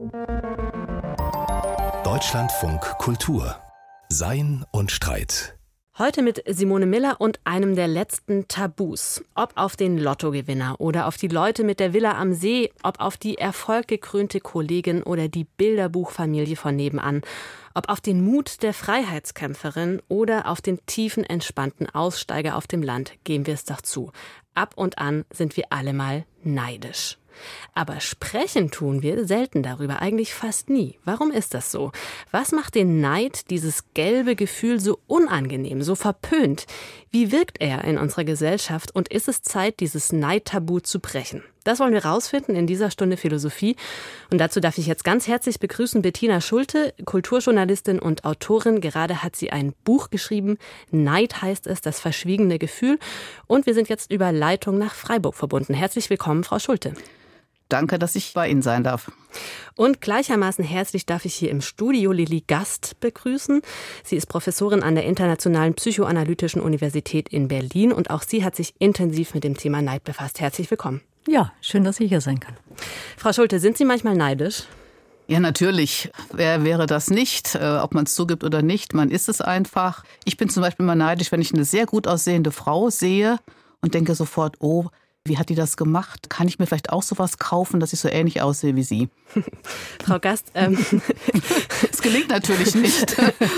Deutschlandfunk Kultur. Sein und Streit. Heute mit Simone Miller und einem der letzten Tabus. Ob auf den Lottogewinner oder auf die Leute mit der Villa am See, ob auf die erfolggekrönte Kollegin oder die Bilderbuchfamilie von nebenan, ob auf den Mut der Freiheitskämpferin oder auf den tiefen, entspannten Aussteiger auf dem Land, geben wir es doch zu. Ab und an sind wir alle mal neidisch. Aber sprechen tun wir selten darüber, eigentlich fast nie. Warum ist das so? Was macht den Neid, dieses gelbe Gefühl, so unangenehm, so verpönt? Wie wirkt er in unserer Gesellschaft und ist es Zeit, dieses Neidtabu zu brechen? Das wollen wir rausfinden in dieser Stunde Philosophie. Und dazu darf ich jetzt ganz herzlich begrüßen Bettina Schulte, Kulturjournalistin und Autorin. Gerade hat sie ein Buch geschrieben. Neid heißt es, das verschwiegene Gefühl. Und wir sind jetzt über Leitung nach Freiburg verbunden. Herzlich willkommen, Frau Schulte. Danke, dass ich bei Ihnen sein darf. Und gleichermaßen herzlich darf ich hier im Studio Lilly Gast begrüßen. Sie ist Professorin an der Internationalen Psychoanalytischen Universität in Berlin und auch sie hat sich intensiv mit dem Thema Neid befasst. Herzlich willkommen. Ja, schön, dass ich hier sein kann. Frau Schulte, sind Sie manchmal neidisch? Ja, natürlich. Wer wäre das nicht? Ob man es zugibt oder nicht, man ist es einfach. Ich bin zum Beispiel immer neidisch, wenn ich eine sehr gut aussehende Frau sehe und denke sofort, oh, wie hat die das gemacht? Kann ich mir vielleicht auch sowas kaufen, dass ich so ähnlich aussehe wie sie? Frau Gast, es gelingt natürlich nicht.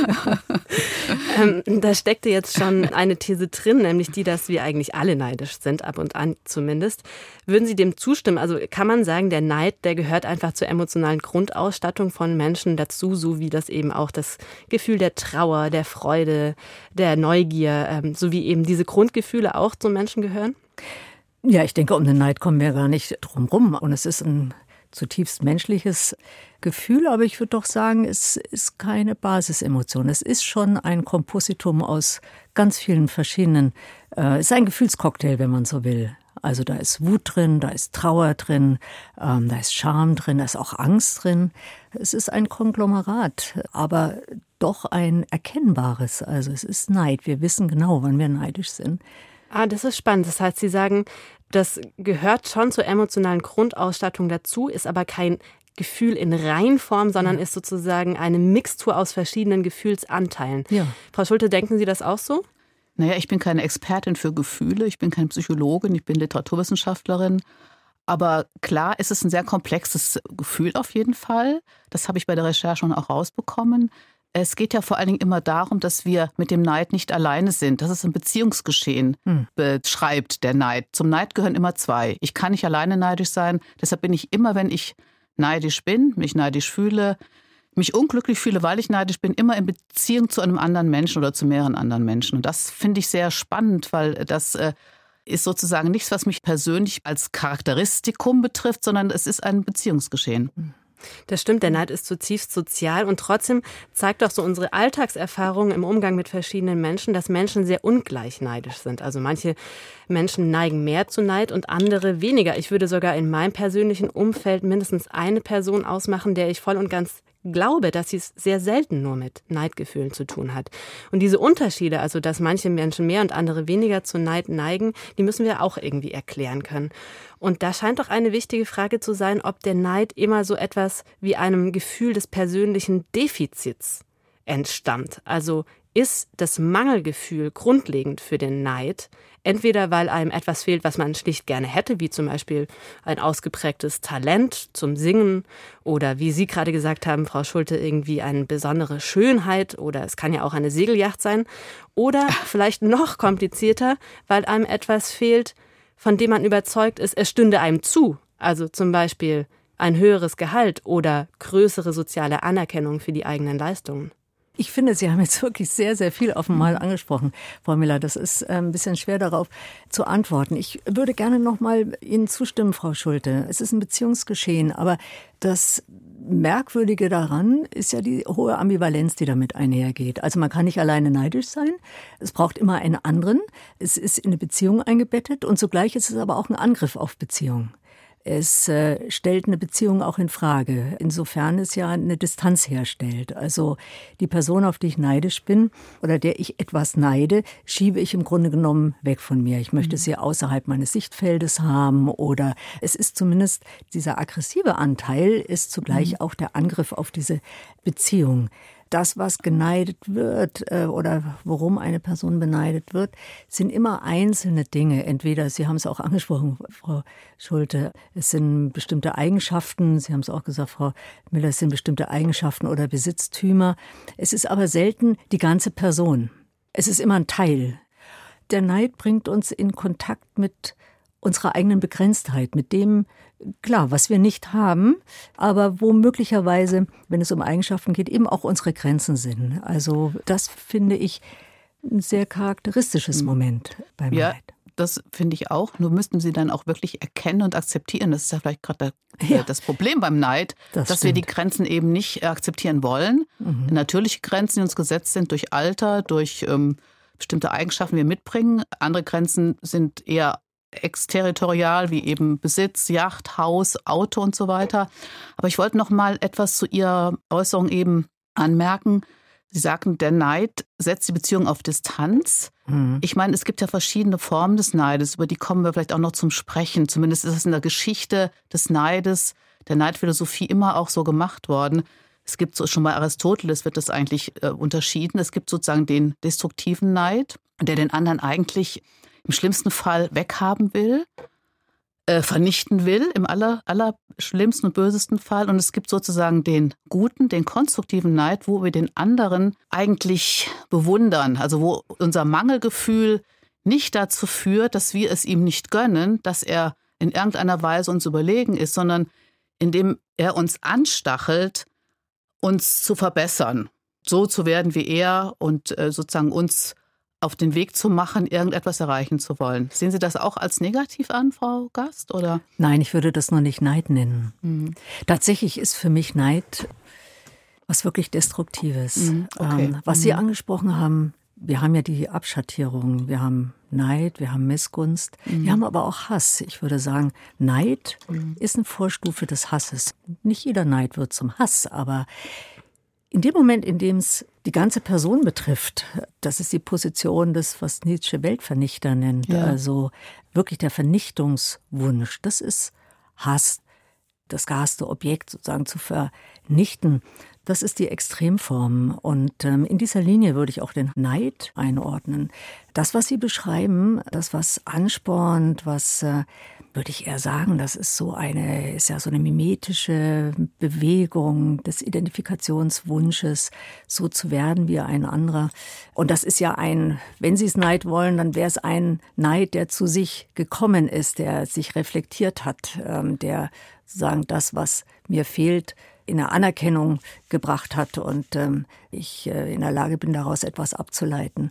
Da steckte jetzt schon eine These drin, nämlich die, dass wir eigentlich alle neidisch sind, ab und an zumindest. Würden Sie dem zustimmen? Also kann man sagen, der Neid, der gehört einfach zur emotionalen Grundausstattung von Menschen dazu, so wie das eben auch das Gefühl der Trauer, der Freude, der Neugier, so wie eben diese Grundgefühle auch zum Menschen gehören? Ja, ich denke, um den Neid kommen wir gar nicht drum rum. Und es ist ein zutiefst menschliches Gefühl, aber ich würde doch sagen, es ist keine Basisemotion. Es ist schon ein Kompositum aus ganz vielen verschiedenen, es ist ein Gefühlscocktail, wenn man so will. Also da ist Wut drin, da ist Trauer drin, da ist Scham drin, da ist auch Angst drin. Es ist ein Konglomerat, aber doch ein erkennbares. Also es ist Neid. Wir wissen genau, wann wir neidisch sind. Ah, das ist spannend. Das heißt, Sie sagen, das gehört schon zur emotionalen Grundausstattung dazu, ist aber kein Gefühl in Reinform, sondern ist sozusagen eine Mixtur aus verschiedenen Gefühlsanteilen. Ja. Frau Schulte, denken Sie das auch so? Naja, ich bin keine Expertin für Gefühle, ich bin keine Psychologin, ich bin Literaturwissenschaftlerin. Aber klar ist es ein sehr komplexes Gefühl auf jeden Fall. Das habe ich bei der Recherche schon auch rausbekommen. Es geht ja vor allen Dingen immer darum, dass wir mit dem Neid nicht alleine sind. Das ist ein Beziehungsgeschehen, beschreibt der Neid. Zum Neid gehören immer zwei. Ich kann nicht alleine neidisch sein. Deshalb bin ich immer, wenn ich neidisch bin, mich neidisch fühle, mich unglücklich fühle, weil ich neidisch bin, immer in Beziehung zu einem anderen Menschen oder zu mehreren anderen Menschen. Und das finde ich sehr spannend, weil das ist sozusagen nichts, was mich persönlich als Charakteristikum betrifft, sondern es ist ein Beziehungsgeschehen. Das stimmt, der Neid ist zutiefst sozial und trotzdem zeigt doch so unsere Alltagserfahrung im Umgang mit verschiedenen Menschen, dass Menschen sehr ungleich neidisch sind. Also manche Menschen neigen mehr zu Neid und andere weniger. Ich würde sogar in meinem persönlichen Umfeld mindestens eine Person ausmachen, der ich voll und ganz glaube, dass sie es sehr selten nur mit Neidgefühlen zu tun hat. Und diese Unterschiede, also dass manche Menschen mehr und andere weniger zu Neid neigen, die müssen wir auch irgendwie erklären können. Und da scheint doch eine wichtige Frage zu sein, ob der Neid immer so etwas wie einem Gefühl des persönlichen Defizits entstammt. Also ist das Mangelgefühl grundlegend für den Neid, entweder weil einem etwas fehlt, was man schlicht gerne hätte, wie zum Beispiel ein ausgeprägtes Talent zum Singen oder wie Sie gerade gesagt haben, Frau Schulte, irgendwie eine besondere Schönheit oder es kann ja auch eine Segelyacht sein oder vielleicht noch komplizierter, weil einem etwas fehlt, von dem man überzeugt ist, es stünde einem zu, also zum Beispiel ein höheres Gehalt oder größere soziale Anerkennung für die eigenen Leistungen. Ich finde, Sie haben jetzt wirklich sehr, sehr viel auf einmal angesprochen, Frau Miller. Das ist ein bisschen schwer darauf zu antworten. Ich würde gerne noch mal Ihnen zustimmen, Frau Schulte. Es ist ein Beziehungsgeschehen, aber das Merkwürdige daran ist ja die hohe Ambivalenz, die damit einhergeht. Also man kann nicht alleine neidisch sein. Es braucht immer einen anderen. Es ist in eine Beziehung eingebettet und zugleich ist es aber auch ein Angriff auf Beziehung. Es stellt eine Beziehung auch in Frage, insofern es ja eine Distanz herstellt. Also die Person, auf die ich neidisch bin oder der ich etwas neide, schiebe ich im Grunde genommen weg von mir. Ich möchte sie außerhalb meines Sichtfeldes haben oder es ist zumindest dieser aggressive Anteil ist zugleich auch der Angriff auf diese Beziehung. Das, was geneidet wird oder worum eine Person beneidet wird, sind immer einzelne Dinge. Entweder, Sie haben es auch angesprochen, Frau Schulte, es sind bestimmte Eigenschaften. Sie haben es auch gesagt, Frau Miller, es sind bestimmte Eigenschaften oder Besitztümer. Es ist aber selten die ganze Person. Es ist immer ein Teil. Der Neid bringt uns in Kontakt mit unserer eigenen Begrenztheit, mit dem, klar, was wir nicht haben, aber wo möglicherweise, wenn es um Eigenschaften geht, eben auch unsere Grenzen sind. Also das finde ich ein sehr charakteristisches Moment beim Neid. Das finde ich auch. Nur müssten Sie dann auch wirklich erkennen und akzeptieren. Das ist ja vielleicht gerade das Problem beim Neid, dass wir die Grenzen eben nicht akzeptieren wollen. Natürliche Grenzen, die uns gesetzt sind durch Alter, durch bestimmte Eigenschaften, die wir mitbringen. Andere Grenzen sind eher exterritorial, wie eben Besitz, Yacht, Haus, Auto und so weiter. Aber ich wollte noch mal etwas zu Ihrer Äußerung eben anmerken. Sie sagten, der Neid setzt die Beziehung auf Distanz. Ich meine, es gibt ja verschiedene Formen des Neides, über die kommen wir vielleicht auch noch zum Sprechen. Zumindest ist es in der Geschichte des Neides, der Neidphilosophie immer auch so gemacht worden. Es gibt so, schon bei Aristoteles wird das eigentlich unterschieden. Es gibt sozusagen den destruktiven Neid, der den anderen eigentlich im schlimmsten Fall weghaben will, vernichten will, im allerschlimmsten und bösesten Fall. Und es gibt sozusagen den guten, den konstruktiven Neid, wo wir den anderen eigentlich bewundern. Also wo unser Mangelgefühl nicht dazu führt, dass wir es ihm nicht gönnen, dass er in irgendeiner Weise uns überlegen ist, sondern indem er uns anstachelt, uns zu verbessern, so zu werden wie er und sozusagen uns auf den Weg zu machen, irgendetwas erreichen zu wollen. Sehen Sie das auch als negativ an, Frau Gast? Oder? Nein, ich würde das noch nicht Neid nennen. Tatsächlich ist für mich Neid was wirklich Destruktives. Okay. Was Sie angesprochen haben, wir haben ja die Abschattierung, wir haben Neid, wir haben Missgunst, wir haben aber auch Hass. Ich würde sagen, Neid ist eine Vorstufe des Hasses. Nicht jeder Neid wird zum Hass, aber in dem Moment, in dem es die ganze Person betrifft, das ist die Position des, was Nietzsche Weltvernichter nennt, also wirklich der Vernichtungswunsch, das ist Hass, das gehasste Objekt sozusagen zu vernichten, das ist die Extremform. Und in dieser Linie würde ich auch den Neid einordnen. Das, was Sie beschreiben, das, was anspornt, was würde ich eher sagen, das ist ja so eine mimetische Bewegung des Identifikationswunsches, so zu werden wie ein anderer. Und das ist ja wenn Sie es Neid wollen, dann wäre es ein Neid, der zu sich gekommen ist, der sich reflektiert hat, der sozusagen das, was mir fehlt, in der Anerkennung gebracht hat und ich in der Lage bin, daraus etwas abzuleiten.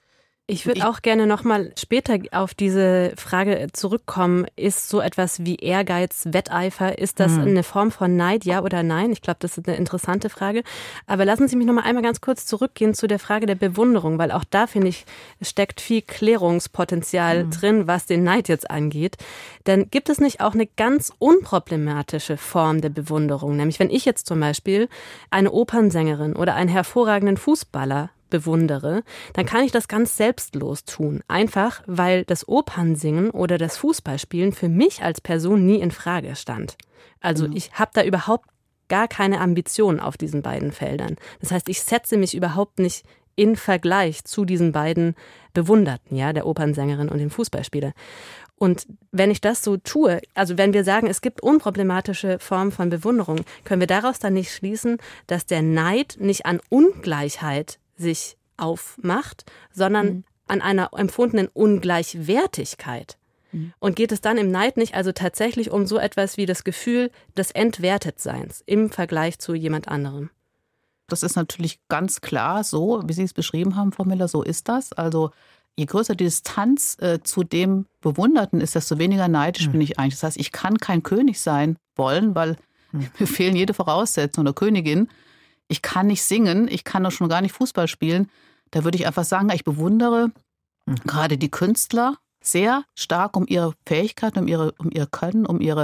Ich würde auch gerne noch mal später auf diese Frage zurückkommen. Ist so etwas wie Ehrgeiz, Wetteifer, ist das eine Form von Neid, ja oder nein? Ich glaube, das ist eine interessante Frage. Aber lassen Sie mich noch mal einmal ganz kurz zurückgehen zu der Frage der Bewunderung, weil auch da, finde ich, steckt viel Klärungspotenzial drin, was den Neid jetzt angeht. Denn gibt es nicht auch eine ganz unproblematische Form der Bewunderung? Nämlich, wenn ich jetzt zum Beispiel eine Opernsängerin oder einen hervorragenden Fußballer bewundere, dann kann ich das ganz selbstlos tun. Einfach, weil das Opernsingen oder das Fußballspielen für mich als Person nie in Frage stand. Also ich habe da überhaupt gar keine Ambition auf diesen beiden Feldern. Das heißt, ich setze mich überhaupt nicht in Vergleich zu diesen beiden Bewunderten, ja, der Opernsängerin und dem Fußballspieler. Und wenn ich das so tue, also wenn wir sagen, es gibt unproblematische Formen von Bewunderung, können wir daraus dann nicht schließen, dass der Neid nicht an Ungleichheit sich aufmacht, sondern an einer empfundenen Ungleichwertigkeit. Und geht es dann im Neid nicht also tatsächlich um so etwas wie das Gefühl des Entwertetseins im Vergleich zu jemand anderem? Das ist natürlich ganz klar so, wie Sie es beschrieben haben, Frau Miller, so ist das. Also je größer die Distanz zu dem Bewunderten ist, desto weniger neidisch bin ich eigentlich. Das heißt, ich kann kein König sein wollen, weil mir fehlen jede Voraussetzung oder Königin. Ich kann nicht singen, ich kann doch schon gar nicht Fußball spielen. Da würde ich einfach sagen, ich bewundere gerade die Künstler sehr stark um ihre Fähigkeiten, um ihr Können, um ihre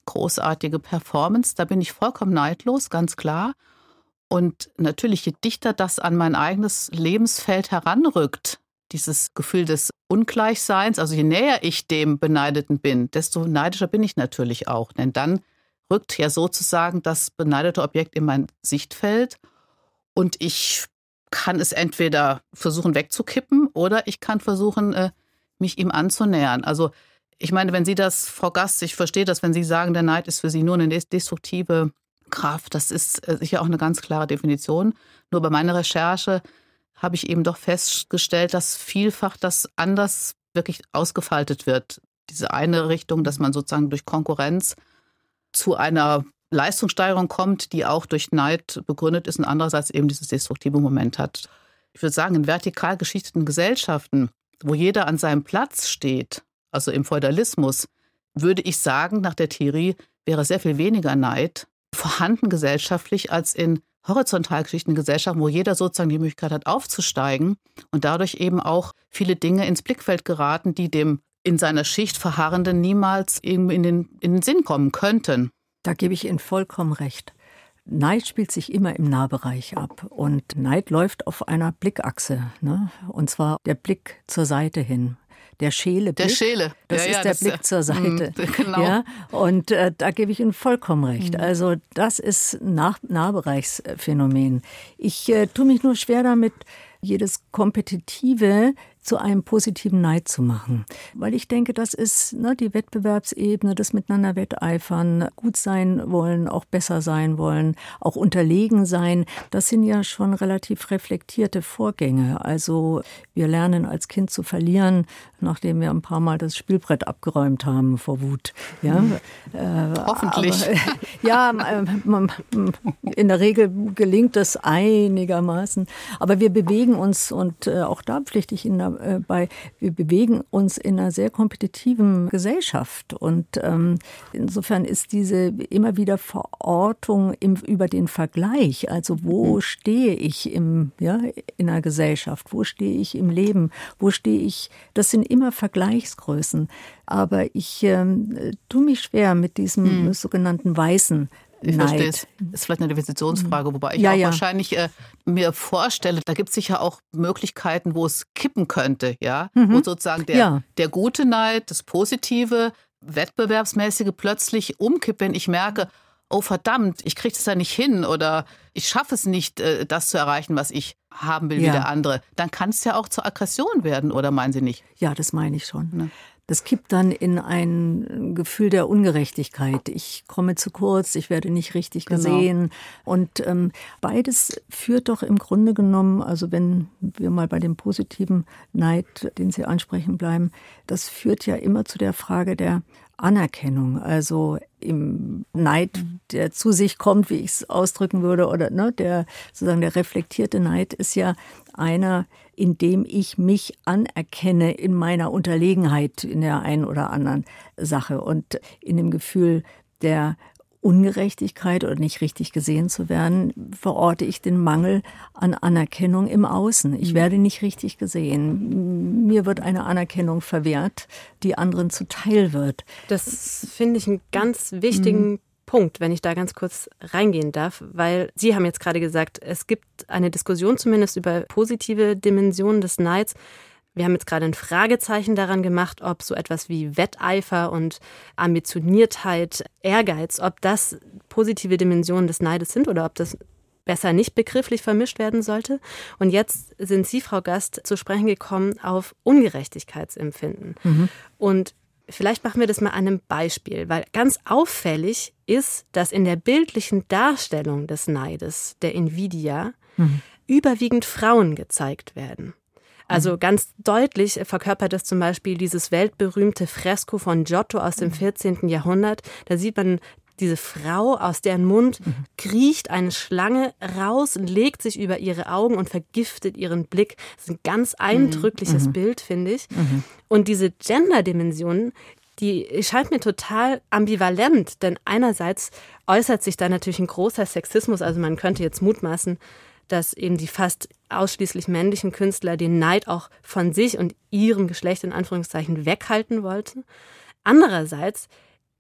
großartige Performance. Da bin ich vollkommen neidlos, ganz klar. Und natürlich, je dichter das an mein eigenes Lebensfeld heranrückt, dieses Gefühl des Ungleichseins, also je näher ich dem Beneideten bin, desto neidischer bin ich natürlich auch. Denn dann rückt ja sozusagen das beneidete Objekt in mein Sichtfeld und ich kann es entweder versuchen wegzukippen oder ich kann versuchen, mich ihm anzunähern. Also ich meine, wenn Sie das, Frau Gast, ich verstehe das, wenn Sie sagen, der Neid ist für Sie nur eine destruktive Kraft, das ist sicher auch eine ganz klare Definition. Nur bei meiner Recherche habe ich eben doch festgestellt, dass vielfach das anders wirklich ausgefaltet wird. Diese eine Richtung, dass man sozusagen durch Konkurrenz zu einer Leistungssteigerung kommt, die auch durch Neid begründet ist und andererseits eben dieses destruktive Moment hat. Ich würde sagen, in vertikal geschichteten Gesellschaften, wo jeder an seinem Platz steht, also im Feudalismus, würde ich sagen, nach der Theorie wäre sehr viel weniger Neid vorhanden gesellschaftlich als in horizontal geschichteten Gesellschaften, wo jeder sozusagen die Möglichkeit hat, aufzusteigen und dadurch eben auch viele Dinge ins Blickfeld geraten, die dem in seiner Schicht Verharrenden niemals irgendwie in den Sinn kommen könnten. Da gebe ich Ihnen vollkommen recht. Neid spielt sich immer im Nahbereich ab und Neid läuft auf einer Blickachse, ne? Und zwar der Blick zur Seite hin. Der Scheele-Blick. Der Scheele. Das ist der Blick zur Seite. Genau. Ja? Und da gebe ich Ihnen vollkommen recht. Also das ist Nahbereichsphänomen. Ich tue mich nur schwer damit, jedes Kompetitive zu einem positiven Neid zu machen. Weil ich denke, das ist die Wettbewerbsebene, das Miteinander wetteifern, gut sein wollen, auch besser sein wollen, auch unterlegen sein. Das sind ja schon relativ reflektierte Vorgänge. Also wir lernen als Kind zu verlieren, nachdem wir ein paar Mal das Spielbrett abgeräumt haben vor Wut. Ja? Hoffentlich. In der Regel gelingt das einigermaßen. Aber wir bewegen uns, und auch da pflichte ich Ihnen wir bewegen uns in einer sehr kompetitiven Gesellschaft. Und insofern ist diese immer wieder Verortung über den Vergleich, also wo stehe ich in einer Gesellschaft, wo stehe ich im Leben, wo stehe ich, das sind immer Vergleichsgrößen. Aber ich tue mich schwer mit diesem sogenannten weißen Ich verstehe es. Das ist vielleicht eine Definitionsfrage, wobei ich wahrscheinlich mir vorstelle, da gibt es sicher auch Möglichkeiten, wo es kippen könnte, ja, wo sozusagen der gute Neid, das Positive, Wettbewerbsmäßige plötzlich umkippt, wenn ich merke, oh verdammt, ich kriege das ja nicht hin oder ich schaffe es nicht, das zu erreichen, was ich haben will wie der andere. Dann kann es ja auch zur Aggression werden, oder meinen Sie nicht? Ja, das meine ich schon. Ne? Das kippt dann in ein Gefühl der Ungerechtigkeit. Ich komme zu kurz, ich werde nicht richtig gesehen. Und beides führt doch im Grunde genommen, also wenn wir mal bei dem positiven Neid, den Sie ansprechen, bleiben, das führt ja immer zu der Frage der Anerkennung. Also im Neid, der zu sich kommt, wie ich es ausdrücken würde, oder der reflektierte Neid ist ja einer, in dem ich mich anerkenne in meiner Unterlegenheit in der einen oder anderen Sache und in dem Gefühl der Ungerechtigkeit oder nicht richtig gesehen zu werden, verorte ich den Mangel an Anerkennung im Außen. Ich werde nicht richtig gesehen. Mir wird eine Anerkennung verwehrt, die anderen zuteil wird. Das finde ich einen ganz wichtigen Punkt, wenn ich da ganz kurz reingehen darf, weil Sie haben jetzt gerade gesagt, es gibt eine Diskussion zumindest über positive Dimensionen des Neids. Wir haben jetzt gerade ein Fragezeichen daran gemacht, ob so etwas wie Wetteifer und Ambitioniertheit, Ehrgeiz, ob das positive Dimensionen des Neides sind oder ob das besser nicht begrifflich vermischt werden sollte. Und jetzt sind Sie, Frau Gast, zu sprechen gekommen auf Ungerechtigkeitsempfinden. Und vielleicht machen wir das mal an einem Beispiel, weil ganz auffällig ist, dass in der bildlichen Darstellung des Neides, der Invidia, überwiegend Frauen gezeigt werden. Also ganz deutlich verkörpert das zum Beispiel dieses weltberühmte Fresko von Giotto aus dem 14. Jahrhundert. Da sieht man diese Frau, aus deren Mund kriecht eine Schlange raus und legt sich über ihre Augen und vergiftet ihren Blick. Das ist ein ganz eindrückliches Bild, finde ich. Und diese Gender-Dimension, die scheint mir total ambivalent, denn einerseits äußert sich da natürlich ein großer Sexismus. Also man könnte jetzt mutmaßen, dass eben die fast ausschließlich männlichen Künstler den Neid auch von sich und ihrem Geschlecht in Anführungszeichen weghalten wollten. Andererseits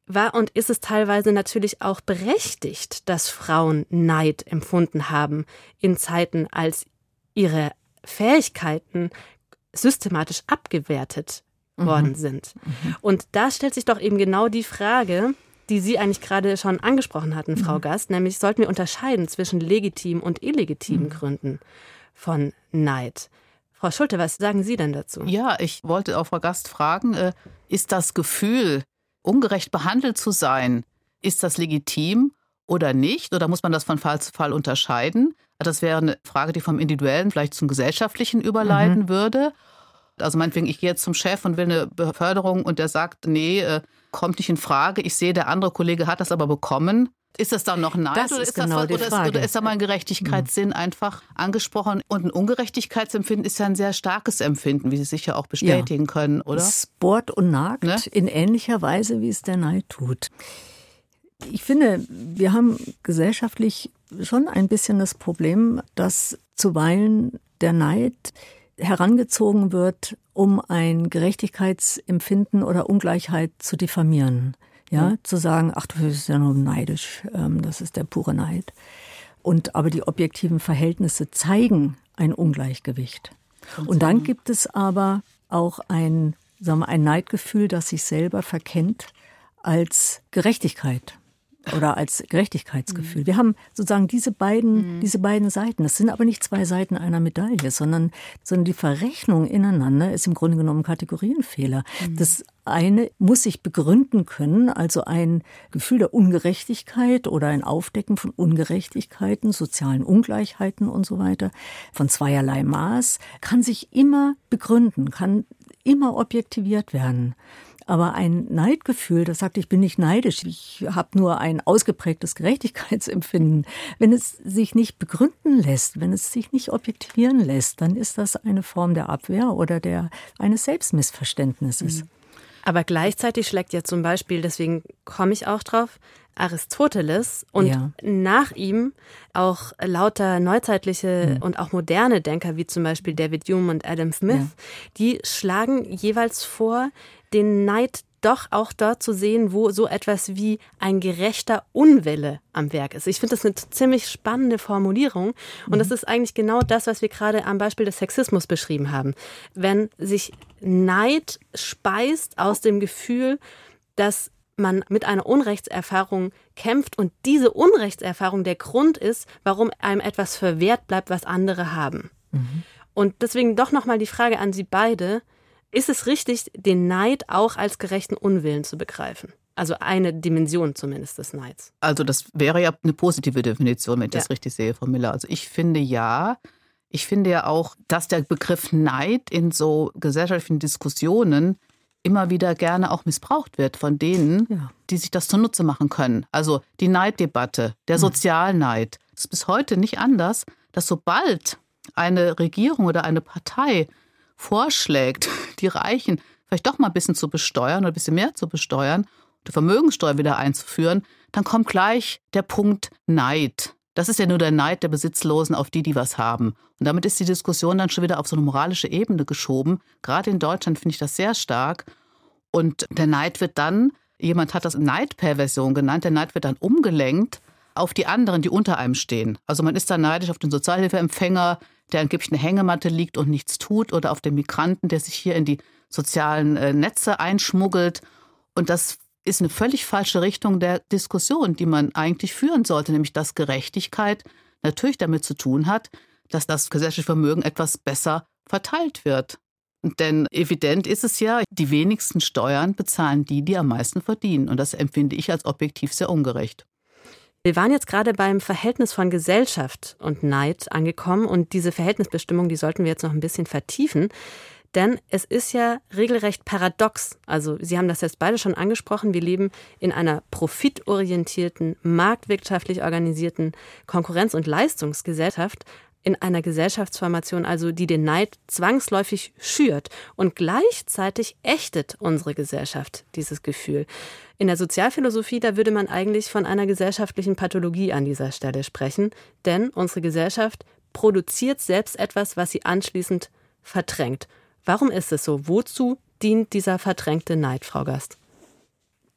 war und ist es teilweise natürlich auch berechtigt, dass Frauen Neid empfunden haben in Zeiten, als ihre Fähigkeiten systematisch abgewertet worden sind. Und da stellt sich doch eben genau die Frage, die Sie eigentlich gerade schon angesprochen hatten, Frau Gast, nämlich sollten wir unterscheiden zwischen legitimen und illegitimen Gründen von Neid. Frau Schulte, was sagen Sie denn dazu? Ja, ich wollte auch Frau Gast fragen, ist das Gefühl, ungerecht behandelt zu sein, ist das legitim oder nicht? Oder muss man das von Fall zu Fall unterscheiden? Das wäre eine Frage, die vom Individuellen vielleicht zum Gesellschaftlichen überleiten würde. Also meinetwegen, ich gehe jetzt zum Chef und will eine Beförderung und der sagt, nee, kommt nicht in Frage. Ich sehe, der andere Kollege hat das aber bekommen. Ist das dann noch Neid oder ist genau das oder ist da mal ein Gerechtigkeitssinn einfach angesprochen? Und ein Ungerechtigkeitsempfinden ist ja ein sehr starkes Empfinden, wie Sie sicher auch bestätigen können, oder? Es bohrt und nagt, ne? In ähnlicher Weise, wie es der Neid tut. Ich finde, wir haben gesellschaftlich schon ein bisschen das Problem, dass zuweilen der Neid herangezogen wird, um ein Gerechtigkeitsempfinden oder Ungleichheit zu diffamieren. Ja, zu sagen, ach, du bist ja nur neidisch, das ist der pure Neid. Aber die objektiven Verhältnisse zeigen ein Ungleichgewicht. Und dann gibt es aber auch ein Neidgefühl, das sich selber verkennt als Gerechtigkeit oder als Gerechtigkeitsgefühl. Wir haben sozusagen diese beiden Seiten. Das sind aber nicht zwei Seiten einer Medaille, sondern die Verrechnung ineinander ist im Grunde genommen Kategorienfehler. Das eine muss sich begründen können, also ein Gefühl der Ungerechtigkeit oder ein Aufdecken von Ungerechtigkeiten, sozialen Ungleichheiten und so weiter, von zweierlei Maß, kann sich immer begründen, kann immer objektiviert werden. Aber ein Neidgefühl, das sagt, ich bin nicht neidisch, ich habe nur ein ausgeprägtes Gerechtigkeitsempfinden. Wenn es sich nicht begründen lässt, wenn es sich nicht objektivieren lässt, dann ist das eine Form der Abwehr oder eines Selbstmissverständnisses. Aber gleichzeitig schlägt ja zum Beispiel, deswegen komme ich auch drauf, Aristoteles und nach ihm auch lauter neuzeitliche und auch moderne Denker, wie zum Beispiel David Hume und Adam Smith, die schlagen jeweils vor, den Neid doch auch dort zu sehen, wo so etwas wie ein gerechter Unwille am Werk ist. Ich finde das eine ziemlich spannende Formulierung und das ist eigentlich genau das, was wir gerade am Beispiel des Sexismus beschrieben haben. Wenn sich Neid speist aus dem Gefühl, dass man mit einer Unrechtserfahrung kämpft und diese Unrechtserfahrung der Grund ist, warum einem etwas verwehrt bleibt, was andere haben. Und deswegen doch nochmal die Frage an Sie beide, ist es richtig, den Neid auch als gerechten Unwillen zu begreifen? Also eine Dimension zumindest des Neids. Also das wäre ja eine positive Definition, wenn ich das richtig sehe, Frau Miller. Also ich finde ja auch, dass der Begriff Neid in so gesellschaftlichen Diskussionen immer wieder gerne auch missbraucht wird von denen, die sich das zunutze machen können. Also die Neiddebatte, der Sozialneid. Es ist bis heute nicht anders, dass sobald eine Regierung oder eine Partei vorschlägt, die Reichen vielleicht doch mal ein bisschen zu besteuern oder ein bisschen mehr zu besteuern, die Vermögenssteuer wieder einzuführen, dann kommt gleich der Punkt Neid. Das ist ja nur der Neid der Besitzlosen auf die was haben. Und damit ist die Diskussion dann schon wieder auf so eine moralische Ebene geschoben. Gerade in Deutschland finde ich das sehr stark. Und der Neid wird dann, jemand hat das Neidperversion genannt, der Neid wird dann umgelenkt auf die anderen, die unter einem stehen. Also man ist dann neidisch auf den Sozialhilfeempfänger, der angeblich eine Hängematte liegt und nichts tut, oder auf den Migranten, der sich hier in die sozialen Netze einschmuggelt. Und das ist eine völlig falsche Richtung der Diskussion, die man eigentlich führen sollte, nämlich dass Gerechtigkeit natürlich damit zu tun hat, dass das gesellschaftliche Vermögen etwas besser verteilt wird. Denn evident ist es ja, die wenigsten Steuern bezahlen die am meisten verdienen. Und das empfinde ich als objektiv sehr ungerecht. Wir waren jetzt gerade beim Verhältnis von Gesellschaft und Neid angekommen. Und diese Verhältnisbestimmung, die sollten wir jetzt noch ein bisschen vertiefen. Denn es ist ja regelrecht paradox. Also Sie haben das jetzt beide schon angesprochen. Wir leben in einer profitorientierten, marktwirtschaftlich organisierten Konkurrenz- und Leistungsgesellschaft. In einer Gesellschaftsformation, also die den Neid zwangsläufig schürt. Und gleichzeitig ächtet unsere Gesellschaft dieses Gefühl. In der Sozialphilosophie, da würde man eigentlich von einer gesellschaftlichen Pathologie an dieser Stelle sprechen. Denn unsere Gesellschaft produziert selbst etwas, was sie anschließend verdrängt. Warum ist es so? Wozu dient dieser verdrängte Neid, Frau Gast?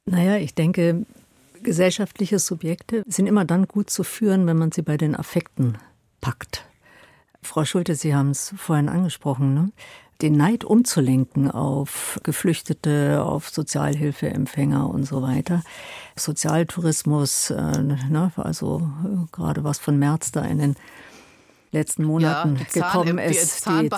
Naja, ich denke, gesellschaftliche Subjekte sind immer dann gut zu führen, wenn man sie bei den Affekten packt. Frau Schulte, Sie haben es vorhin angesprochen, ne? Den Neid umzulenken auf Geflüchtete, auf Sozialhilfeempfänger und so weiter. Sozialtourismus, also gerade was von Merz da in den letzten Monaten gekommen ist, die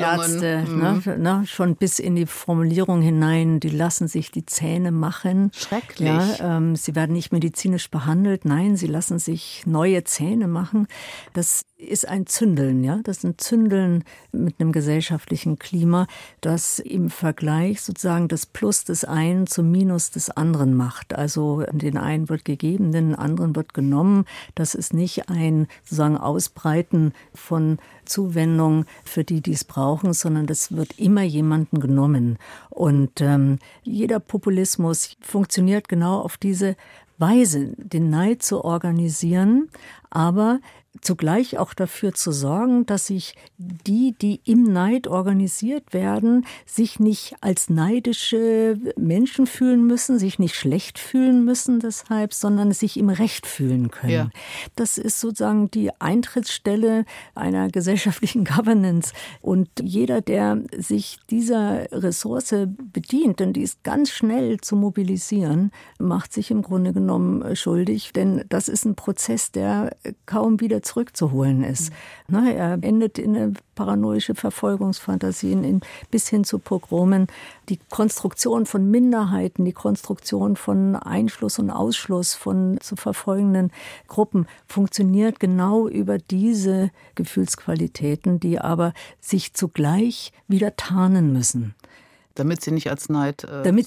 Zahnärzte, schon bis in die Formulierung hinein, die lassen sich die Zähne machen. Schrecklich. Ja, sie werden nicht medizinisch behandelt, nein, sie lassen sich neue Zähne machen. Das ist ein Zündeln, ja, das ist ein Zündeln mit einem gesellschaftlichen Klima, das im Vergleich sozusagen das Plus des einen zum Minus des anderen macht. Also den einen wird gegeben, den anderen wird genommen. Das ist nicht ein sozusagen Ausbreiten von Zuwendung für die, die es brauchen, sondern das wird immer jemandem genommen. Und jeder Populismus funktioniert genau auf diese Weise, den Neid zu organisieren, aber zugleich auch dafür zu sorgen, dass sich die im Neid organisiert werden, sich nicht als neidische Menschen fühlen müssen, sich nicht schlecht fühlen müssen deshalb, sondern sich im Recht fühlen können. Ja. Das ist sozusagen die Eintrittsstelle einer gesellschaftlichen Governance. Und jeder, der sich dieser Ressource bedient, denn die ist ganz schnell zu mobilisieren, macht sich im Grunde genommen schuldig, denn das ist ein Prozess, der kaum wieder zurückzuholen ist. Er endet in eine paranoische Verfolgungsfantasien bis hin zu Pogromen. Die Konstruktion von Minderheiten, die Konstruktion von Einschluss und Ausschluss von zu verfolgenden Gruppen funktioniert genau über diese Gefühlsqualitäten, die aber sich zugleich wieder tarnen müssen. Damit sie nicht als Neid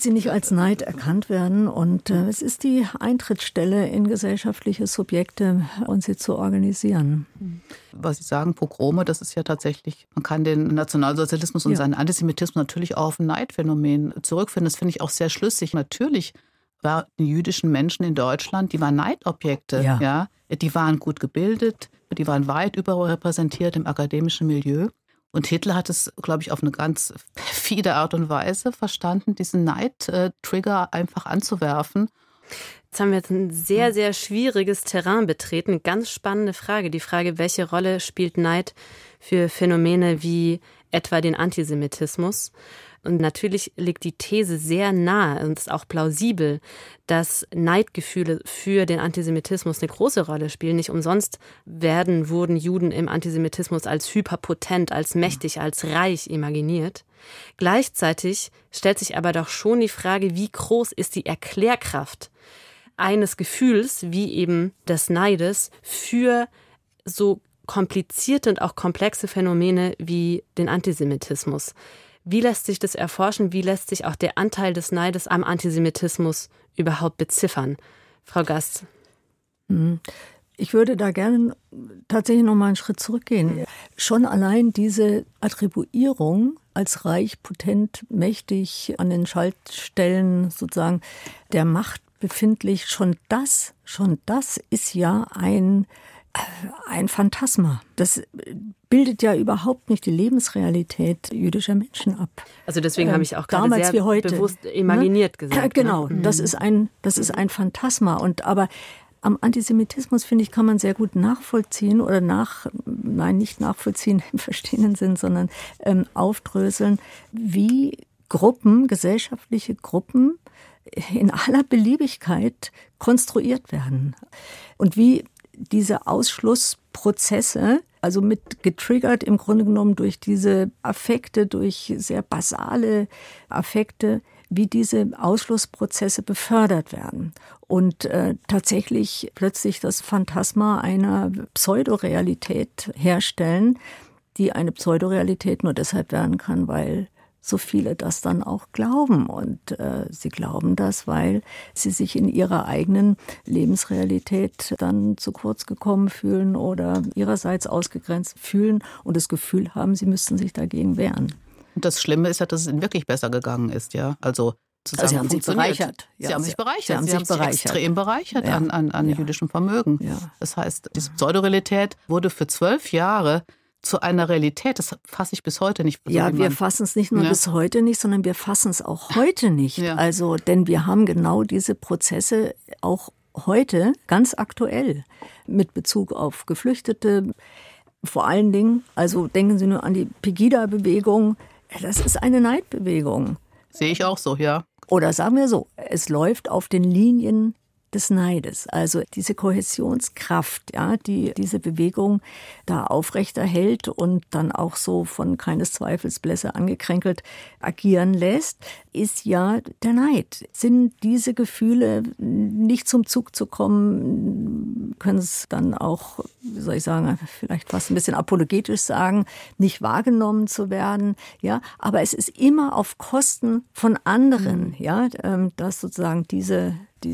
erkannt werden. Und es ist die Eintrittsstelle in gesellschaftliche Subjekte, und sie zu organisieren. Was Sie sagen, Pogrome, das ist ja tatsächlich, man kann den Nationalsozialismus und seinen Antisemitismus natürlich auch auf ein Neidphänomen zurückfinden. Das finde ich auch sehr schlüssig. Natürlich waren die jüdischen Menschen in Deutschland, die waren Neidobjekte. Ja. Die waren gut gebildet, die waren weit überrepräsentiert im akademischen Milieu. Und Hitler hat es, glaube ich, auf eine ganz perfide Art und Weise verstanden, diesen Neid-Trigger einfach anzuwerfen. Jetzt haben wir jetzt ein sehr, sehr schwieriges Terrain betreten. Eine ganz spannende Frage. Die Frage, welche Rolle spielt Neid für Phänomene wie etwa den Antisemitismus? Und natürlich liegt die These sehr nahe und ist auch plausibel, dass Neidgefühle für den Antisemitismus eine große Rolle spielen. Nicht umsonst wurden Juden im Antisemitismus als hyperpotent, als mächtig, als reich imaginiert. Gleichzeitig stellt sich aber doch schon die Frage, wie groß ist die Erklärkraft eines Gefühls, wie eben des Neides, für so komplizierte und auch komplexe Phänomene wie den Antisemitismus. Wie lässt sich das erforschen? Wie lässt sich auch der Anteil des Neides am Antisemitismus überhaupt beziffern? Frau Gast. Ich würde da gerne tatsächlich noch mal einen Schritt zurückgehen. Schon allein diese Attribuierung als reich, potent, mächtig an den Schaltstellen sozusagen der Macht befindlich, schon das ist ja ein Phantasma. Das bildet ja überhaupt nicht die Lebensrealität jüdischer Menschen ab. Also deswegen habe ich auch gerade sehr bewusst imaginiert gesagt. Genau, ne? Das ist ein Phantasma. Aber am Antisemitismus, finde ich, kann man sehr gut nachvollziehen oder nicht nachvollziehen im verstehenden Sinn, sondern aufdröseln, wie gesellschaftliche Gruppen in aller Beliebigkeit konstruiert werden. Und wie diese Ausschlussprozesse, also getriggert im Grunde genommen durch diese Affekte, durch sehr basale Affekte, wie diese Ausschlussprozesse befördert werden und tatsächlich plötzlich das Phantasma einer Pseudorealität herstellen, die eine Pseudorealität nur deshalb werden kann, weil so viele das dann auch glauben. Und sie glauben das, weil sie sich in ihrer eigenen Lebensrealität dann zu kurz gekommen fühlen oder ihrerseits ausgegrenzt fühlen und das Gefühl haben, sie müssten sich dagegen wehren. Und das Schlimme ist ja, dass es ihnen wirklich besser gegangen ist, ja. Also sie haben sich bereichert. Sie haben sich extrem bereichert an jüdischem Vermögen. Ja. Das heißt, diese Pseudorealität wurde für 12 Jahre zu einer Realität. Das fasse ich bis heute nicht. Ja, wir fassen es nicht nur bis heute nicht, sondern wir fassen es auch heute nicht. Ja. Also, denn wir haben genau diese Prozesse auch heute ganz aktuell mit Bezug auf Geflüchtete. Vor allen Dingen, also denken Sie nur an die Pegida-Bewegung. Das ist eine Neidbewegung. Sehe ich auch so, ja. Oder sagen wir so, es läuft auf den Linien des Neides. Also diese Kohäsionskraft, ja, die diese Bewegung da aufrechterhält und dann auch so von keines Zweifels Blässe angekränkelt agieren lässt, ist ja der Neid. Sind diese Gefühle nicht zum Zug zu kommen, können es dann auch, wie soll ich sagen, vielleicht fast ein bisschen apologetisch sagen, nicht wahrgenommen zu werden, ja, aber es ist immer auf Kosten von anderen, ja, dass sozusagen diese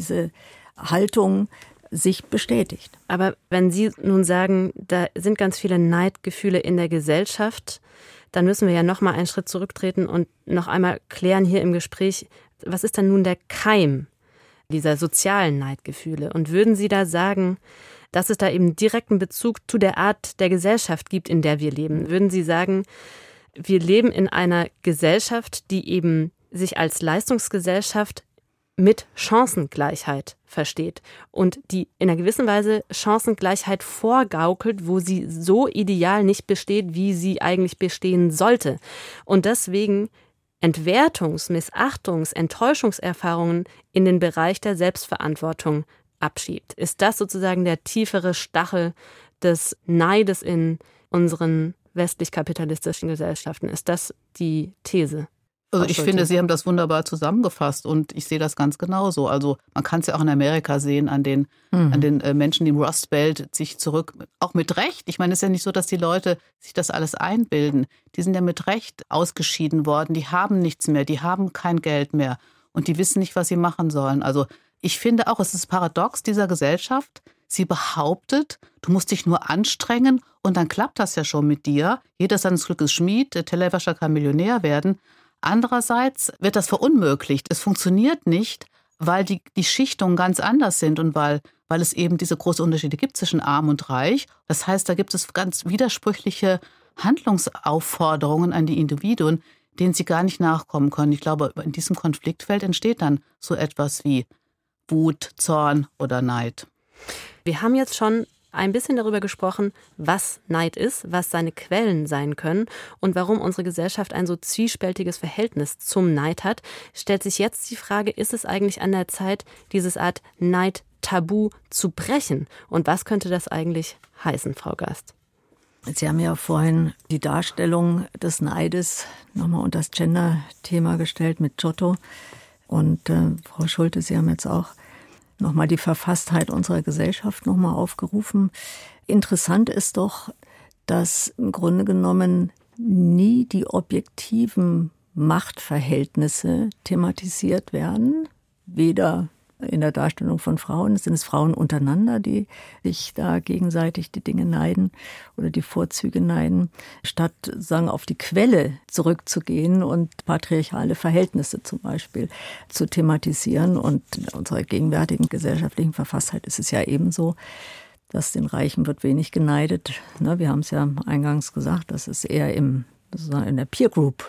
Haltung sich bestätigt. Aber wenn Sie nun sagen, da sind ganz viele Neidgefühle in der Gesellschaft, dann müssen wir ja noch mal einen Schritt zurücktreten und noch einmal klären hier im Gespräch, was ist denn nun der Keim dieser sozialen Neidgefühle? Und würden Sie da sagen, dass es da eben direkten Bezug zu der Art der Gesellschaft gibt, in der wir leben? Würden Sie sagen, wir leben in einer Gesellschaft, die eben sich als Leistungsgesellschaft mit Chancengleichheit versteht und die in einer gewissen Weise Chancengleichheit vorgaukelt, wo sie so ideal nicht besteht, wie sie eigentlich bestehen sollte. Und deswegen Entwertungs-, Missachtungs-, Enttäuschungserfahrungen in den Bereich der Selbstverantwortung abschiebt. Ist das sozusagen der tiefere Stachel des Neides in unseren westlich-kapitalistischen Gesellschaften? Ist das die These? Also ich finde, Sie haben das wunderbar zusammengefasst und ich sehe das ganz genauso. Also man kann es ja auch in Amerika sehen, an den Menschen, die im Rust Belt sich zurück, auch mit Recht. Ich meine, es ist ja nicht so, dass die Leute sich das alles einbilden. Die sind ja mit Recht ausgeschieden worden, die haben nichts mehr, die haben kein Geld mehr und die wissen nicht, was sie machen sollen. Also ich finde auch, es ist paradox dieser Gesellschaft. Sie behauptet, du musst dich nur anstrengen und dann klappt das ja schon mit dir. Jeder seines Glückes Schmied, der Tellerwäscher kann Millionär werden. Andererseits wird das verunmöglicht. Es funktioniert nicht, weil die Schichtungen ganz anders sind und weil es eben diese großen Unterschiede gibt zwischen Arm und Reich. Das heißt, da gibt es ganz widersprüchliche Handlungsaufforderungen an die Individuen, denen sie gar nicht nachkommen können. Ich glaube, in diesem Konfliktfeld entsteht dann so etwas wie Wut, Zorn oder Neid. Wir haben jetzt schon ein bisschen darüber gesprochen, was Neid ist, was seine Quellen sein können und warum unsere Gesellschaft ein so zwiespältiges Verhältnis zum Neid hat. Stellt sich jetzt die Frage, ist es eigentlich an der Zeit, dieses Art Neid-Tabu zu brechen? Und was könnte das eigentlich heißen, Frau Gast? Sie haben ja vorhin die Darstellung des Neides nochmal unter das Gender-Thema gestellt mit Giotto. Und Frau Schulte, Sie haben jetzt auch nochmal die Verfasstheit unserer Gesellschaft nochmal aufgerufen. Interessant ist doch, dass im Grunde genommen nie die objektiven Machtverhältnisse thematisiert werden, weder in der Darstellung von Frauen, sind es Frauen untereinander, die sich da gegenseitig die Dinge neiden oder die Vorzüge neiden, statt sagen auf die Quelle zurückzugehen und patriarchale Verhältnisse zum Beispiel zu thematisieren. Und in unserer gegenwärtigen gesellschaftlichen Verfasstheit ist es ja ebenso, dass den Reichen wird wenig geneidet. Wir haben es ja eingangs gesagt, das ist eher in der Peer Group.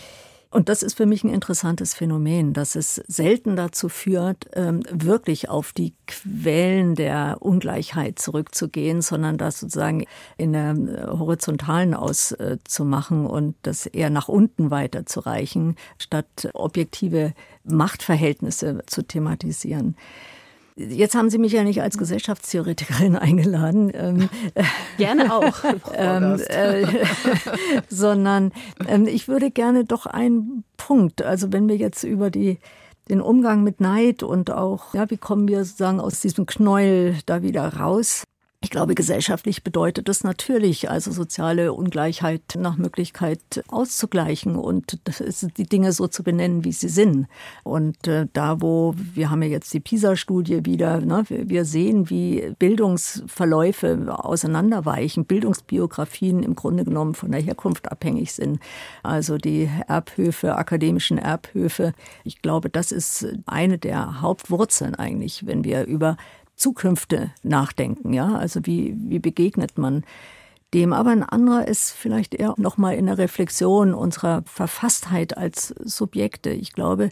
Und das ist für mich ein interessantes Phänomen, dass es selten dazu führt, wirklich auf die Quellen der Ungleichheit zurückzugehen, sondern das sozusagen in der Horizontalen auszumachen und das eher nach unten weiterzureichen, statt objektive Machtverhältnisse zu thematisieren. Jetzt haben Sie mich ja nicht als Gesellschaftstheoretikerin eingeladen. Gerne auch. Sondern ich würde gerne doch einen Punkt, also wenn wir jetzt über den Umgang mit Neid und auch, ja, wie kommen wir sozusagen aus diesem Knäuel da wieder raus? Ich glaube, gesellschaftlich bedeutet das natürlich, also soziale Ungleichheit nach Möglichkeit auszugleichen und die Dinge so zu benennen, wie sie sind. Und da, wo, wir haben ja jetzt die PISA-Studie wieder, wir sehen, wie Bildungsverläufe auseinanderweichen, Bildungsbiografien im Grunde genommen von der Herkunft abhängig sind. Also die Erbhöfe, akademischen Erbhöfe. Ich glaube, das ist eine der Hauptwurzeln eigentlich, wenn wir über Zukünfte nachdenken, ja, also wie begegnet man dem. Aber ein anderer ist vielleicht eher nochmal in der Reflexion unserer Verfasstheit als Subjekte. Ich glaube,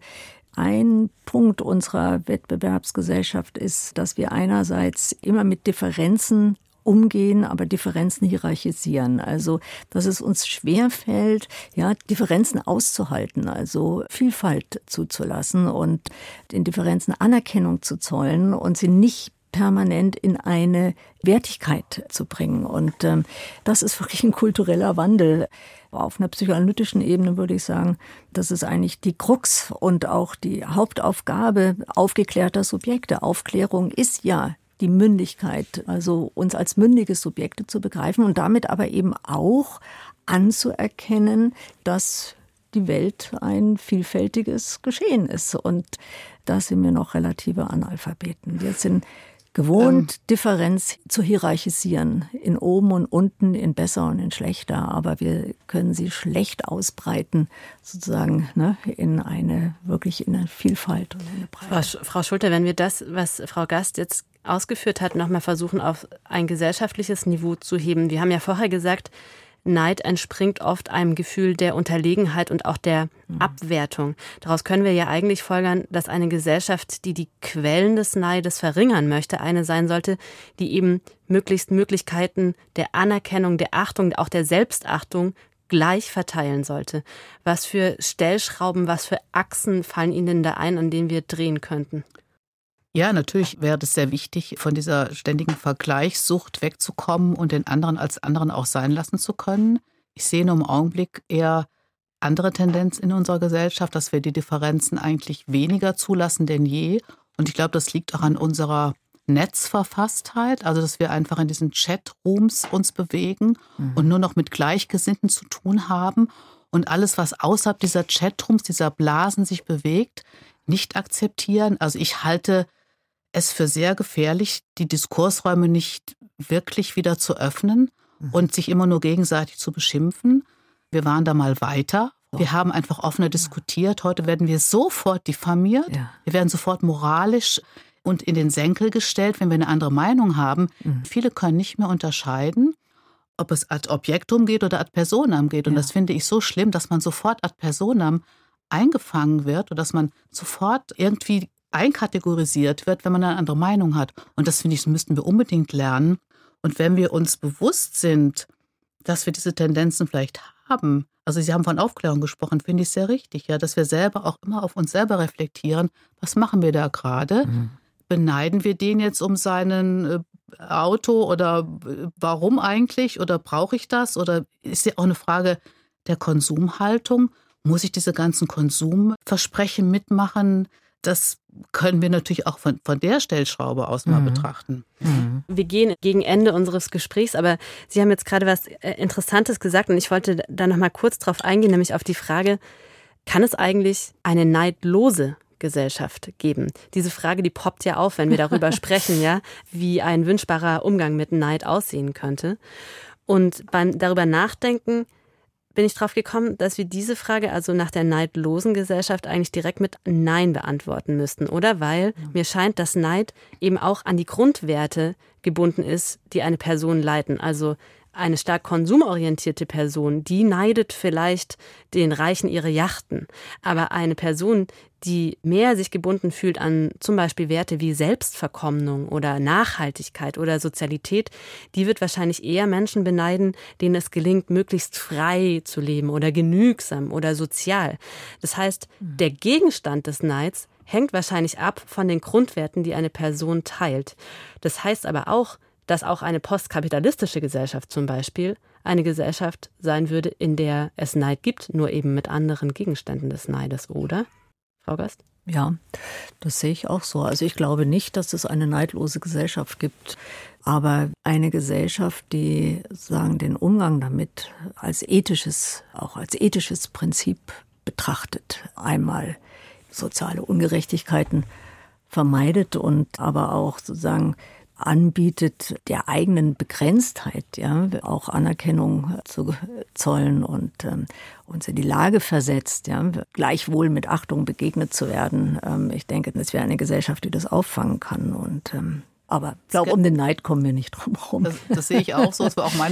ein Punkt unserer Wettbewerbsgesellschaft ist, dass wir einerseits immer mit Differenzen umgehen, aber Differenzen hierarchisieren. Also, dass es uns schwerfällt, ja, Differenzen auszuhalten, also Vielfalt zuzulassen und den Differenzen Anerkennung zu zollen und sie nicht permanent in eine Wertigkeit zu bringen. Und das ist wirklich ein kultureller Wandel. Auf einer psychoanalytischen Ebene würde ich sagen, das ist eigentlich die Krux und auch die Hauptaufgabe aufgeklärter Subjekte. Aufklärung ist ja die Mündigkeit, also uns als mündige Subjekte zu begreifen und damit aber eben auch anzuerkennen, dass die Welt ein vielfältiges Geschehen ist. Und da sind wir noch relative Analphabeten. Wir sind gewohnt, Differenz zu hierarchisieren, in oben und unten, in besser und in schlechter, aber wir können sie schlecht ausbreiten, sozusagen, ne, in eine Vielfalt und eine Breite. Frau Schulte, wenn wir das, was Frau Gast jetzt ausgeführt hat, nochmal versuchen, auf ein gesellschaftliches Niveau zu heben. Wir haben ja vorher gesagt, Neid entspringt oft einem Gefühl der Unterlegenheit und auch der Abwertung. Daraus können wir ja eigentlich folgern, dass eine Gesellschaft, die die Quellen des Neides verringern möchte, eine sein sollte, die eben möglichst Möglichkeiten der Anerkennung, der Achtung, auch der Selbstachtung gleich verteilen sollte. Was für Stellschrauben, was für Achsen fallen Ihnen denn da ein, an denen wir drehen könnten? Ja, natürlich wäre es sehr wichtig, von dieser ständigen Vergleichssucht wegzukommen und den anderen als anderen auch sein lassen zu können. Ich sehe nur im Augenblick eher andere Tendenz in unserer Gesellschaft, dass wir die Differenzen eigentlich weniger zulassen denn je. Und ich glaube, das liegt auch an unserer Netzverfasstheit, also dass wir einfach in diesen Chatrooms uns bewegen und nur noch mit Gleichgesinnten zu tun haben und alles, was außerhalb dieser Chatrooms, dieser Blasen sich bewegt, nicht akzeptieren. Also ich halte es für sehr gefährlich, die Diskursräume nicht wirklich wieder zu öffnen und sich immer nur gegenseitig zu beschimpfen. Wir waren da mal weiter. Wir haben einfach offener diskutiert. Heute werden wir sofort diffamiert. Ja. Wir werden sofort moralisch und in den Senkel gestellt, wenn wir eine andere Meinung haben. Viele können nicht mehr unterscheiden, ob es ad objectum geht oder ad personam geht. Und das finde ich so schlimm, dass man sofort ad personam eingefangen wird und dass man sofort irgendwie einkategorisiert wird, wenn man eine andere Meinung hat. Und das, finde ich, müssten wir unbedingt lernen. Und wenn wir uns bewusst sind, dass wir diese Tendenzen vielleicht haben, also Sie haben von Aufklärung gesprochen, finde ich sehr richtig, ja, dass wir selber auch immer auf uns selber reflektieren, was machen wir da gerade? Beneiden wir den jetzt um seinen Auto oder warum eigentlich oder brauche ich das? Oder ist ja auch eine Frage der Konsumhaltung? Muss ich diese ganzen Konsumversprechen mitmachen? Das können wir natürlich auch von der Stellschraube aus mal betrachten. Wir gehen gegen Ende unseres Gesprächs, aber Sie haben jetzt gerade was Interessantes gesagt und ich wollte da noch mal kurz drauf eingehen, nämlich auf die Frage, kann es eigentlich eine neidlose Gesellschaft geben? Diese Frage, die poppt ja auf, wenn wir darüber sprechen, ja, wie ein wünschbarer Umgang mit Neid aussehen könnte. Und beim darüber nachdenken bin ich drauf gekommen, dass wir diese Frage, also nach der neidlosen Gesellschaft, eigentlich direkt mit Nein beantworten müssten, oder? Weil mir scheint, dass Neid eben auch an die Grundwerte gebunden ist, die eine Person leiten. Also eine stark konsumorientierte Person, die neidet vielleicht den Reichen ihre Yachten. Aber eine Person, die mehr sich gebunden fühlt an zum Beispiel Werte wie Selbstverkommnung oder Nachhaltigkeit oder Sozialität, die wird wahrscheinlich eher Menschen beneiden, denen es gelingt, möglichst frei zu leben oder genügsam oder sozial. Das heißt, der Gegenstand des Neids hängt wahrscheinlich ab von den Grundwerten, die eine Person teilt. Das heißt aber auch, dass auch eine postkapitalistische Gesellschaft zum Beispiel eine Gesellschaft sein würde, in der es Neid gibt, nur eben mit anderen Gegenständen des Neides, oder? Frau Gast? Ja, das sehe ich auch so. Also ich glaube nicht, dass es eine neidlose Gesellschaft gibt, aber eine Gesellschaft, die sagen, den Umgang damit als ethisches Prinzip betrachtet, einmal soziale Ungerechtigkeiten vermeidet und aber auch sozusagen anbietet, der eigenen Begrenztheit, ja, auch Anerkennung zu zollen und uns in die Lage versetzt, ja, gleichwohl mit Achtung begegnet zu werden. Ich denke, das wäre eine Gesellschaft, die das auffangen kann und Aber ich glaube, um den Neid kommen wir nicht drum herum. Das sehe ich auch so. Es war auch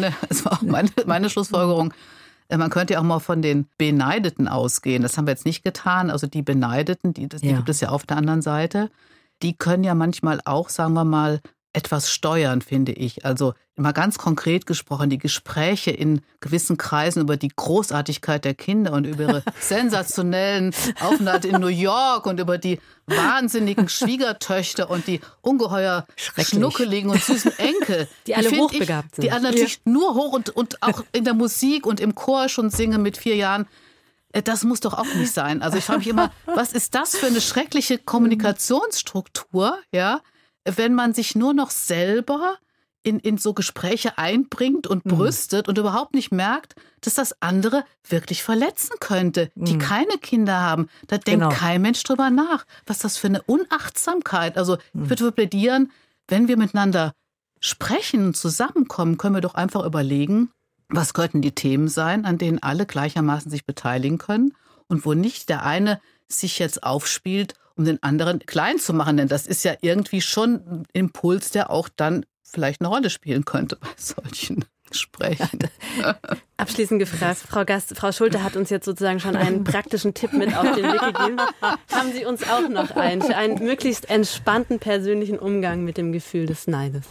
meine Schlussfolgerung. Man könnte ja auch mal von den Beneideten ausgehen. Das haben wir jetzt nicht getan. Also die Beneideten, die gibt es ja auf der anderen Seite. Die können ja manchmal auch, sagen wir mal, etwas steuern, finde ich. Also mal ganz konkret gesprochen, die Gespräche in gewissen Kreisen über die Großartigkeit der Kinder und über ihre sensationellen Aufenthalte in New York und über die wahnsinnigen Schwiegertöchter und die ungeheuer schnuckeligen und süßen Enkel. Die alle hochbegabt sind. Die alle natürlich nur hoch und auch in der Musik und im Chor schon singen mit 4 Jahren. Das muss doch auch nicht sein. Also ich frage mich immer, was ist das für eine schreckliche Kommunikationsstruktur, ja? Wenn man sich nur noch selber in so Gespräche einbringt und brüstet und überhaupt nicht merkt, dass das andere wirklich verletzen könnte, die keine Kinder haben. Da denkt kein Mensch drüber nach. Was das für eine Unachtsamkeit. Also ich würde plädieren, wenn wir miteinander sprechen und zusammenkommen, können wir doch einfach überlegen, was könnten die Themen sein, an denen alle gleichermaßen sich beteiligen können und wo nicht der eine sich jetzt aufspielt, um den anderen klein zu machen. Denn das ist ja irgendwie schon ein Impuls, der auch dann vielleicht eine Rolle spielen könnte bei solchen Gesprächen. Abschließend gefragt, Frau Schulte hat uns jetzt sozusagen schon einen praktischen Tipp mit auf den Weg gegeben. Haben Sie uns auch noch einen für einen möglichst entspannten persönlichen Umgang mit dem Gefühl des Neides?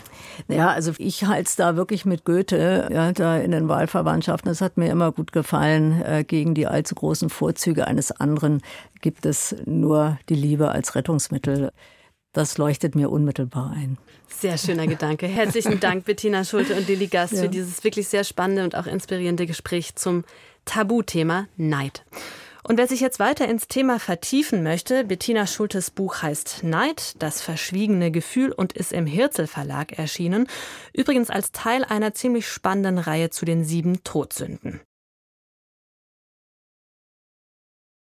Ja, also ich halte es da wirklich mit Goethe, ja, da in den Wahlverwandtschaften. Das hat mir immer gut gefallen. Gegen die allzu großen Vorzüge eines anderen gibt es nur die Liebe als Rettungsmittel. Das leuchtet mir unmittelbar ein. Sehr schöner Gedanke. Herzlichen Dank, Bettina Schulte und Lilly Gast, für dieses wirklich sehr spannende und auch inspirierende Gespräch zum Tabuthema Neid. Und wer sich jetzt weiter ins Thema vertiefen möchte, Bettina Schultes Buch heißt Neid, das verschwiegene Gefühl und ist im Hirzel Verlag erschienen. Übrigens als Teil einer ziemlich spannenden Reihe zu den 7 Todsünden.